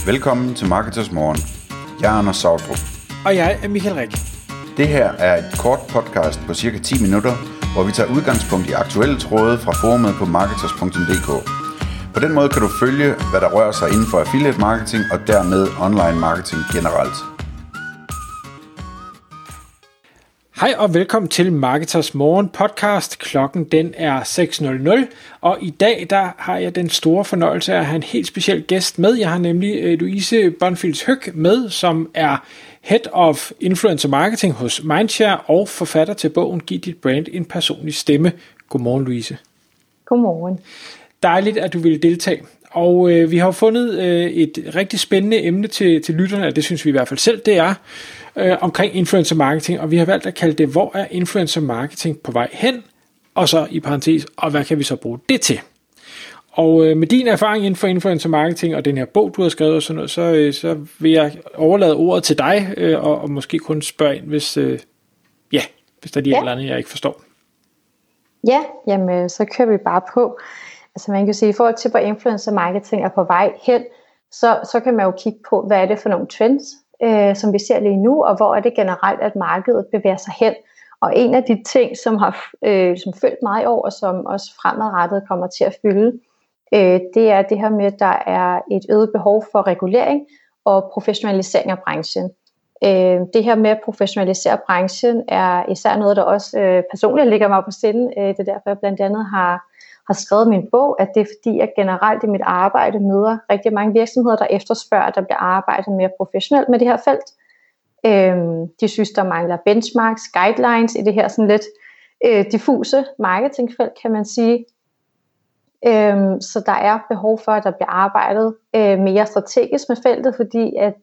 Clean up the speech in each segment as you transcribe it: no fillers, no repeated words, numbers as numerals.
Velkommen til Marketers Morgen. Jeg er Anders Sautrup. Og jeg er Michael Rik. Det her er et kort podcast på cirka 10 minutter, hvor vi tager udgangspunkt i aktuelle tråde fra forumet på marketers.dk. På den måde kan du følge, hvad der rører sig inden for affiliate marketing og dermed online marketing generelt. Hej og velkommen til Marketers Morgen podcast. Klokken den er 6.00, og i dag der har jeg den store fornøjelse af at have en helt speciel gæst med. Jeg har nemlig Louise Bonfils Høck med, som er Head of Influencer Marketing hos Mindshare og forfatter til bogen Giv dit brand en personlig stemme. Godmorgen, Louise. Godmorgen. Dejligt, at du ville deltage. Og vi har fundet et rigtig spændende emne til lytterne, og det synes vi i hvert fald selv, det er omkring influencer marketing, og vi har valgt at kalde det, hvor er influencer marketing på vej hen, og så i parentes, og hvad kan vi så bruge det til? Og med din erfaring inden for influencer marketing, og den her bog, du har skrevet, og sådan noget, så vil jeg overlade ordet til dig, og måske kun spørge ind, hvis der er et eller andet, jeg ikke forstår. Ja, jamen så kører vi bare på. Altså man kan sige, i forhold til, hvor influencer marketing er på vej hen, så kan man jo kigge på, hvad er det for nogle trends, som vi ser lige nu, og hvor er det generelt, at markedet bevæger sig hen. Og en af de ting, som har fyldt meget i år, og som også fremadrettet kommer til at fylde, det er det her med, at der er et øget behov for regulering og professionalisering af branchen. Det her med at professionalisere branchen er især noget, der også personligt ligger mig på sinde. Det er derfor, jeg blandt andet har skrevet min bog, at det er fordi, jeg generelt i mit arbejde møder rigtig mange virksomheder, der efterspørger, at der bliver arbejdet mere professionelt med det her felt. De synes, der mangler benchmarks, guidelines i det her sådan lidt diffuse marketingfelt, kan man sige. Så der er behov for, at der bliver arbejdet mere strategisk med feltet, fordi at,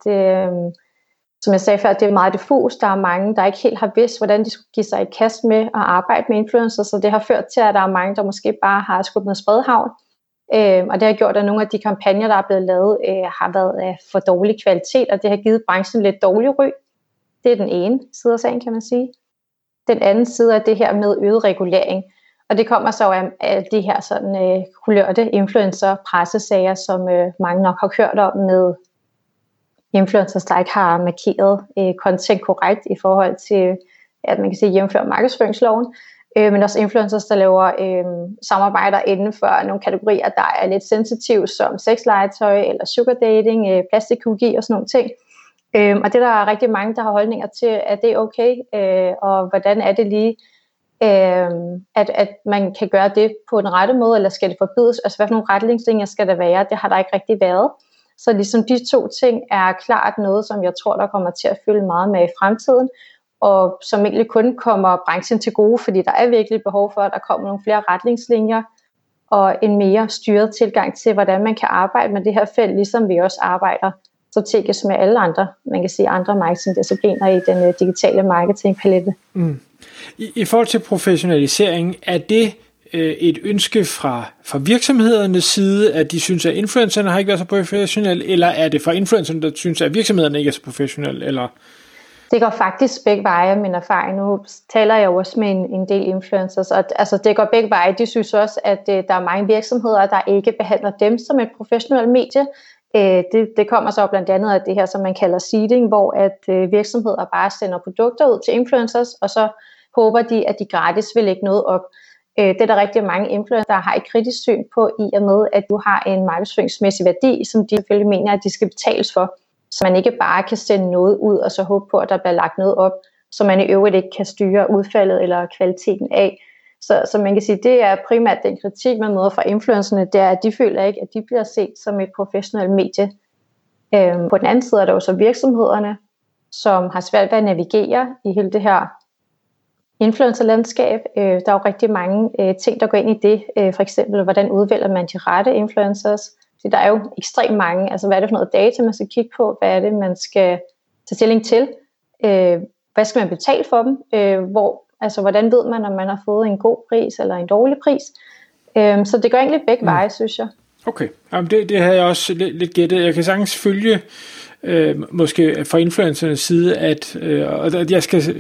som jeg sagde før, det er meget diffus. Der er mange, der ikke helt har vidst, hvordan de skulle give sig et kast med at arbejde med influencer, så det har ført til, at der er mange, der måske bare har skudt noget spredhavn. Og det har gjort, at nogle af de kampagner, der er blevet lavet, har været af for dårlig kvalitet, og det har givet branchen lidt dårlig ry. Det er den ene side af sagen, kan man sige. Den anden side er det her med øget regulering. Og det kommer så af de her sådan kulørte influencer-pressesager, som mange nok har hørt om med influencers, der ikke har markeret content korrekt i forhold til, at man kan sige, jævnfør markedsføringsloven, men også influencers, der laver samarbejder inden for nogle kategorier, der er lidt sensitive, som sexlegetøj eller sugar dating, plastikkirurgi og sådan nogle ting. Og det der er rigtig mange, der har holdninger til, at det er okay, og hvordan er det lige, at man kan gøre det på den rette måde, eller skal det forbydes? Altså hvad for nogle retningslinjer skal der være? Det har der ikke rigtig været. Så ligesom de to ting er klart noget, som jeg tror, der kommer til at fylde meget med i fremtiden, og som egentlig kun kommer branchen til gode, fordi der er virkelig behov for, at der kommer nogle flere retningslinjer, og en mere styret tilgang til, hvordan man kan arbejde med det her felt, ligesom vi også arbejder strategisk med alle andre, man kan sige andre marketingdiscipliner i den digitale marketingpalette. I forhold til professionalisering, er det et ønske fra virksomhedernes side, at de synes, at influencerne har ikke været så professionelle, eller er det fra influencerne, der synes, at virksomhederne ikke er så professionelle? Eller? Det går faktisk begge veje, min erfaring. Nu taler jeg også med en del influencers, og altså, det går begge veje. De synes også, at der er mange virksomheder, der ikke behandler dem som et professionelt medie. Det kommer så blandt andet af det her, som man kalder seeding, hvor at virksomheder bare sender produkter ud til influencers, og så håber de, at de gratis vil lægge noget op. Det er der rigtig mange influencer, der har et kritisk syn på, i og med, at du har en markedsføringsmæssig værdi, som de selvfølgelig mener, at de skal betales for. Så man ikke bare kan sende noget ud, og så håbe på, at der bliver lagt noget op, så man i øvrigt ikke kan styre udfaldet eller kvaliteten af. Så man kan sige, det er primært den kritik, man møder fra influencerne, det er, at de føler ikke, at de bliver set som et professionelt medie. På den anden side er der jo så virksomhederne, som har svært ved at navigere i hele det her influencerlandskab. Der er jo rigtig mange ting, der går ind i det. For eksempel, hvordan udvælger man de rette influencers? Så der er jo ekstremt mange. Altså, hvad er det for noget data, man skal kigge på? Hvad er det, man skal tage stilling til? Hvad skal man betale for dem? Hvordan ved man, om man har fået en god pris eller en dårlig pris? Så det går egentlig begge veje, synes jeg. Okay, jamen det havde jeg også lidt gættet. Jeg kan sagtens følge måske fra influencernes side, at jeg skal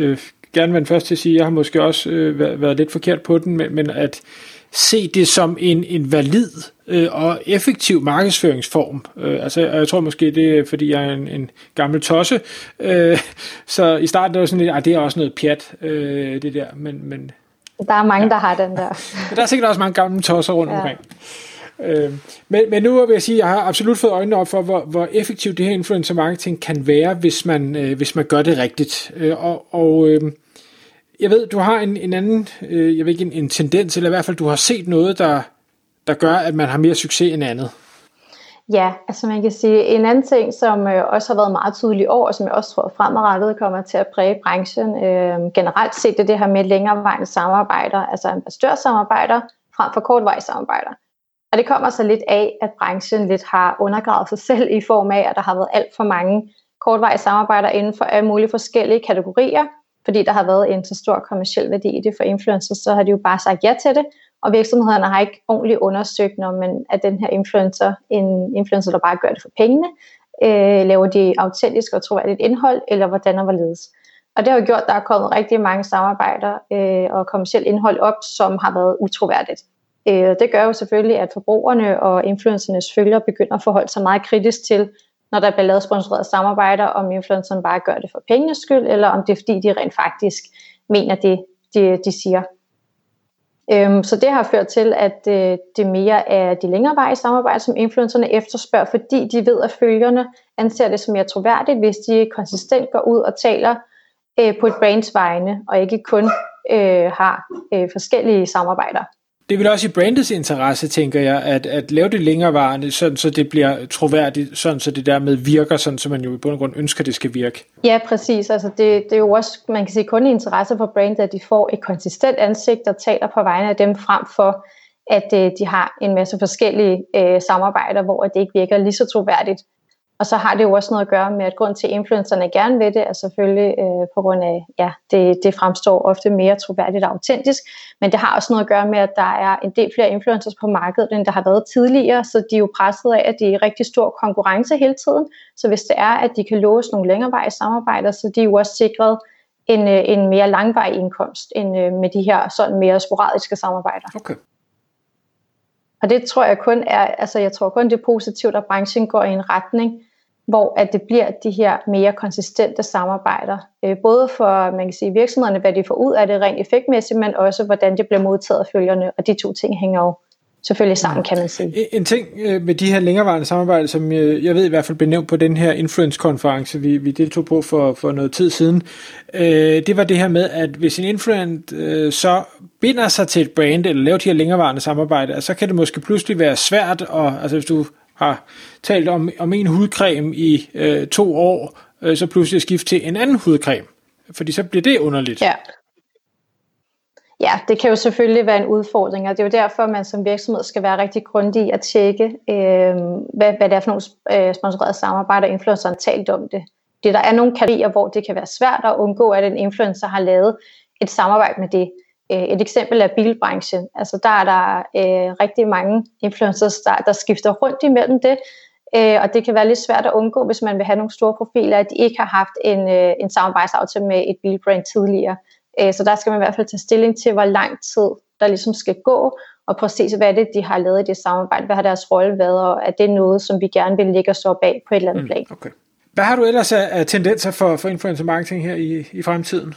gerne være den første til at sige, jeg har måske også været lidt forkert på den, men at se det som en valid og effektiv markedsføringsform. Altså, jeg tror måske, det er, fordi jeg er en gammel tosse. Så i starten var det sådan lidt, det er også noget pjat, det der. Men der er mange, der har den der. Der er sikkert også mange gamle tosser rundt omkring. Men nu vil jeg sige, at jeg har absolut fået øjnene op for, hvor effektivt det her influencer marketing kan være, hvis man gør det rigtigt. Jeg ved, du har en anden, jeg ved ikke, en tendens, eller i hvert fald, du har set noget, der gør, at man har mere succes end andet. Ja, altså man kan sige, en anden ting, som også har været meget tydelig over, og som jeg også tror fremadrettet kommer til at præge branchen, generelt set det her med længerevejende samarbejder, altså ambassadørsamarbejder, frem for kortvarige samarbejder. Og det kommer så lidt af, at branchen lidt har undergravet sig selv i form af, at der har været alt for mange kortvarige samarbejder inden for alle mulige forskellige kategorier, fordi der har været en så stor kommerciel værdi i det for influencers, så har de jo bare sagt ja til det, og virksomhederne har ikke ordentligt undersøgt, når man er den her influencer, en influencer, der bare gør det for pengene, laver de autentisk og troværdigt indhold, eller hvordan og hvorledes. Og det har jo gjort, at der er kommet rigtig mange samarbejder og kommercielt indhold op, som har været utroværdigt. Det gør jo selvfølgelig, at forbrugerne og influencernes følgere begynder at forholde sig meget kritisk til, når der bliver lavet sponsoreret samarbejder, om influenceren bare gør det for pengenes skyld, eller om det er fordi, de rent faktisk mener det, de siger. Så det har ført til, at det mere er de længerevarige samarbejder, som influencerne efterspørger, fordi de ved, at følgerne anser det som mere troværdigt, hvis de konsistent går ud og taler på et brands vegne, og ikke kun har forskellige samarbejder. Det vil også i brandets interesse, tænker jeg, at lave det længerevarende, sådan så det bliver troværdigt, sådan så det dermed virker, sådan så man jo i bund og grund ønsker, det skal virke. Ja, præcis. Altså det er jo også, man kan sige, kun i interesse for brandet, at de får et konsistent ansigt, der taler på vegne af dem, frem for at de har en masse forskellige samarbejder, hvor det ikke virker lige så troværdigt. Og så har det jo også noget at gøre med, at grund til, at influencerne gerne vil det, er selvfølgelig på grund af, det fremstår ofte mere troværdigt og autentisk, men det har også noget at gøre med, at der er en del flere influencers på markedet, end der har været tidligere, så de er jo presset af, at de er i rigtig stor konkurrence hele tiden. Så hvis det er, at de kan låse nogle længerevarige samarbejder, så de er jo også sikret en mere langvarig indkomst, end med de her sådan mere sporadiske samarbejder. Okay. Og det tror jeg kun er, altså jeg tror kun det er positivt, at branchen går i en retning, hvor at det bliver de her mere konsistente samarbejder. Både for, man kan sige, virksomhederne, hvad de får ud af det rent effektmæssigt, men også hvordan det bliver modtaget af følgerne. Og de to ting hænger jo selvfølgelig sammen, kan man sige. En ting med de her længerevarende samarbejder, som jeg ved i hvert fald blev nævnt på den her influence-konference, vi deltog på for noget tid siden, det var det her med, at hvis en influencer så binder sig til et brand, eller laver de her længerevarende samarbejder, så kan det måske pludselig være svært, altså hvis du har talt om en hudcreme i 2 år, så pludselig skifte til en anden hudcreme, fordi så bliver det underligt. Ja, det kan jo selvfølgelig være en udfordring, og det er jo derfor, man som virksomhed skal være rigtig grundig i at tjekke, hvad det er for nogle sponsorerede samarbejder, influenceren har talt om det. Der er nogle kategorier, hvor det kan være svært at undgå, at en influencer har lavet et samarbejde med det. Et eksempel er bilbranchen. Altså der er der rigtig mange influencers, der skifter rundt imellem det, og det kan være lidt svært at undgå, hvis man vil have nogle store profiler, at de ikke har haft en samarbejdsaftale med et bilbrand tidligere. Så der skal man i hvert fald tage stilling til, hvor lang tid der ligesom skal gå, og præcis hvad det de har lavet i det samarbejde, hvad har deres rolle været, og er det noget, som vi gerne vil lægge os op af på et eller andet plan. Okay. Hvad har du ellers af tendenser for influencer marketing her i fremtiden?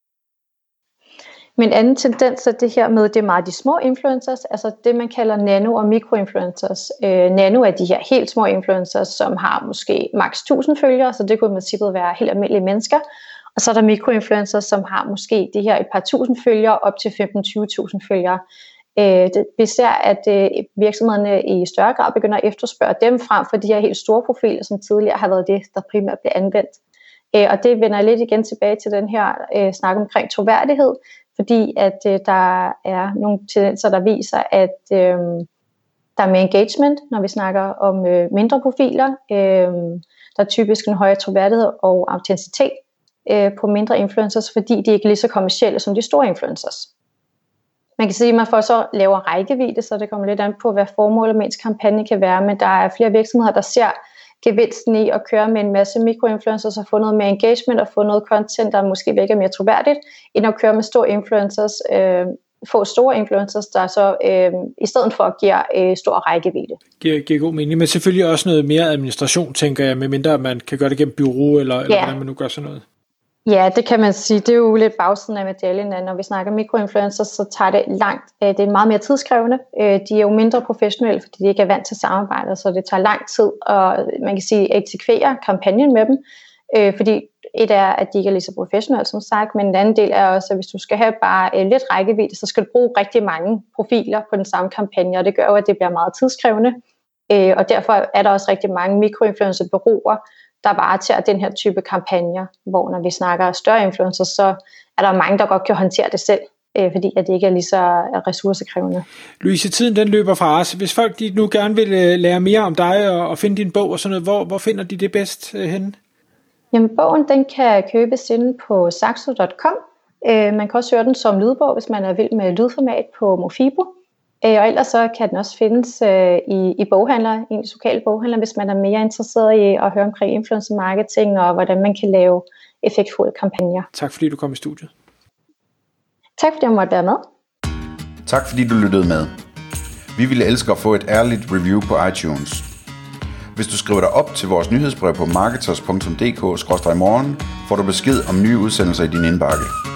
Men anden tendens er det her med, det er meget de små influencers, altså det man kalder nano- og mikroinfluencers. Nano er de her helt små influencers, som har måske maks 1000 følgere, så det kunne i princippet være helt almindelige mennesker. Og så er der mikroinfluencers, som har måske de her et par tusind følgere, op til 15-20.000 følgere. Vi ser, at virksomhederne i større grad begynder at efterspørge dem frem for de her helt store profiler, som tidligere har været det, der primært blev anvendt. Og det vender lidt igen tilbage til den her snak omkring troværdighed, fordi at der er nogle tendenser, der viser, at der er mere engagement, når vi snakker om mindre profiler. Der er typisk en højere troværdighed og autenticitet på mindre influencers, fordi de ikke er lige så kommercielle som de store influencers. Man kan sige, at man får så lavere rækkevidde, så det kommer lidt an på, hvad formålet med ens kampagne kan være, men der er flere virksomheder, der ser, gevinsten i at køre med en masse mikroinfluencers og få noget mere engagement og få noget content, der måske virker mere troværdigt, end at køre med store influencers, få store influencers, der så i stedet for giver stor rækkevidde. Giver god mening, men selvfølgelig også noget mere administration, tænker jeg, medmindre man kan gøre det gennem bureau, eller hvordan man nu gør sådan noget. Ja, det kan man sige. Det er jo lidt bagsiden af medaljen, at når vi snakker mikroinfluencers, så tager det langt. Det er meget mere tidskrævende. De er jo mindre professionelle, fordi de ikke er vant til samarbejde, så det tager lang tid at, man kan sige, eksekvere kampagnen med dem. Fordi et er, at de ikke er lige så professionelle, som sagt, men en anden del er også, at hvis du skal have bare lidt rækkevidde, så skal du bruge rigtig mange profiler på den samme kampagne, og det gør jo, at det bliver meget tidskrævende. Og derfor er der også rigtig mange mikroinfluencer-bureauer, der varetager den her type kampagner, hvor når vi snakker større influencers, så er der mange, der godt kan håndtere det selv, fordi at det ikke er lige så ressourcekrævende. Louise, tiden den løber fra os. Hvis folk de nu gerne vil lære mere om dig og finde din bog og sådan noget, hvor finder de det bedst henne? Jamen, bogen den kan købes inde på saxo.com. Man kan også høre den som lydbog, hvis man er vild med lydformat på Mofibo. Og ellers så kan den også findes i boghandler, i lokale boghandler, hvis man er mere interesseret i at høre omkring influencer marketing og hvordan man kan lave effektfulde kampagner. Tak fordi du kom i studiet. Tak fordi jeg måtte være med. Tak fordi du lyttede med. Vi ville elske at få et ærligt review på iTunes. Hvis du skriver dig op til vores nyhedsbrev på marketers.dk/morgen, får du besked om nye udsendelser i din indbakke.